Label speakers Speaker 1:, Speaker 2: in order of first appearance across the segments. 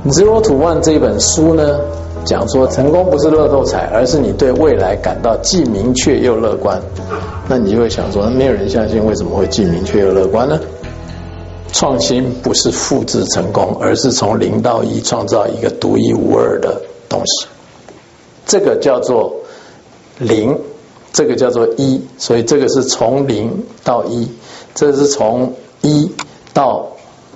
Speaker 1: Zero to One 这本书呢，讲说成功不是乐透彩，而是你对未来感到既明确又乐观。那你就会想说，没有人相信，为什么会既明确又乐观呢？创新不是复制成功，而是从0到1创造一个独一无二的东西。这个叫做0，这个叫做1，所以这个是从0到1，这是从1到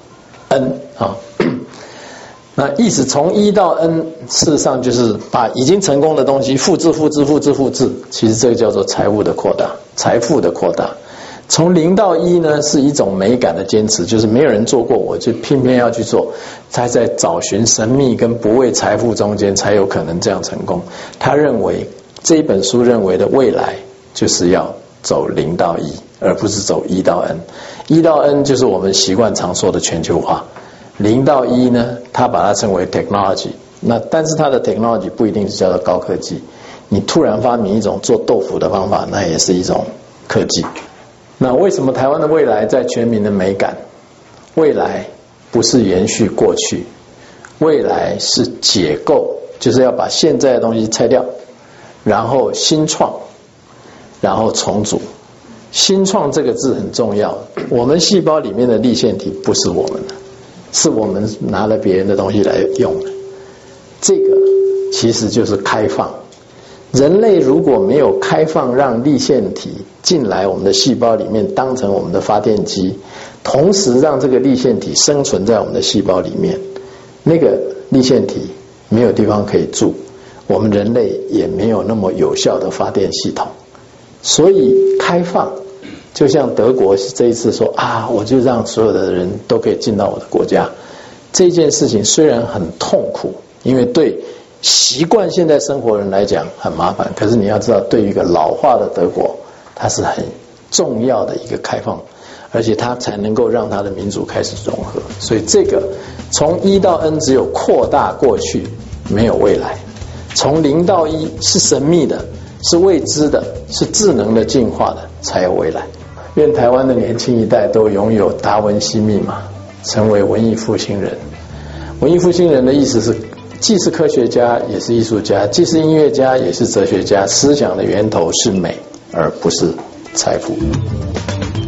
Speaker 1: N 啊。那意思从1到 N， 事实上就是把已经成功的东西复制。其实这个叫做财务的扩大，财富的扩大。从0到1呢，是一种美感的坚持，就是没有人做过，我就偏偏要去做。他在找寻神秘跟不为财富中间，才有可能这样成功。他认为这一本书认为的未来，就是要走0到1，而不是走1到 N。1到 N 就是我们习惯常说的全球化。0到1呢，他把它称为 technology。那但是它的 technology 不一定是叫做高科技。你突然发明一种做豆腐的方法，那也是一种科技。那为什么台湾的未来在全民的美感？未来不是延续过去，未来是解构，就是要把现在的东西拆掉，然后新创，然后重组。新创这个字很重要，我们细胞里面的粒线体不是我们的，是我们拿了别人的东西来用的。这个其实就是开放。人类如果没有开放，让粒线体进来我们的细胞里面当成我们的发电机，同时让这个粒线体生存在我们的细胞里面，那个粒线体没有地方可以住，我们人类也没有那么有效的发电系统。所以开放，就像德国这一次说我就让所有的人都可以进到我的国家，这件事情虽然很痛苦，因为对习惯现在生活人来讲很麻烦，可是你要知道，对于一个老化的德国，它是很重要的一个开放，而且它才能够让它的民主开始融合。所以这个从1到 N 只有扩大过去，没有未来；从0到1是神秘的，是未知的，是智能的进化的，才有未来。愿台湾的年轻一代都拥有达文西密码，成为文艺复兴人。文艺复兴人的意思是既是科学家也是艺术家，既是音乐家也是哲学家，思想的源头是美而不是财富。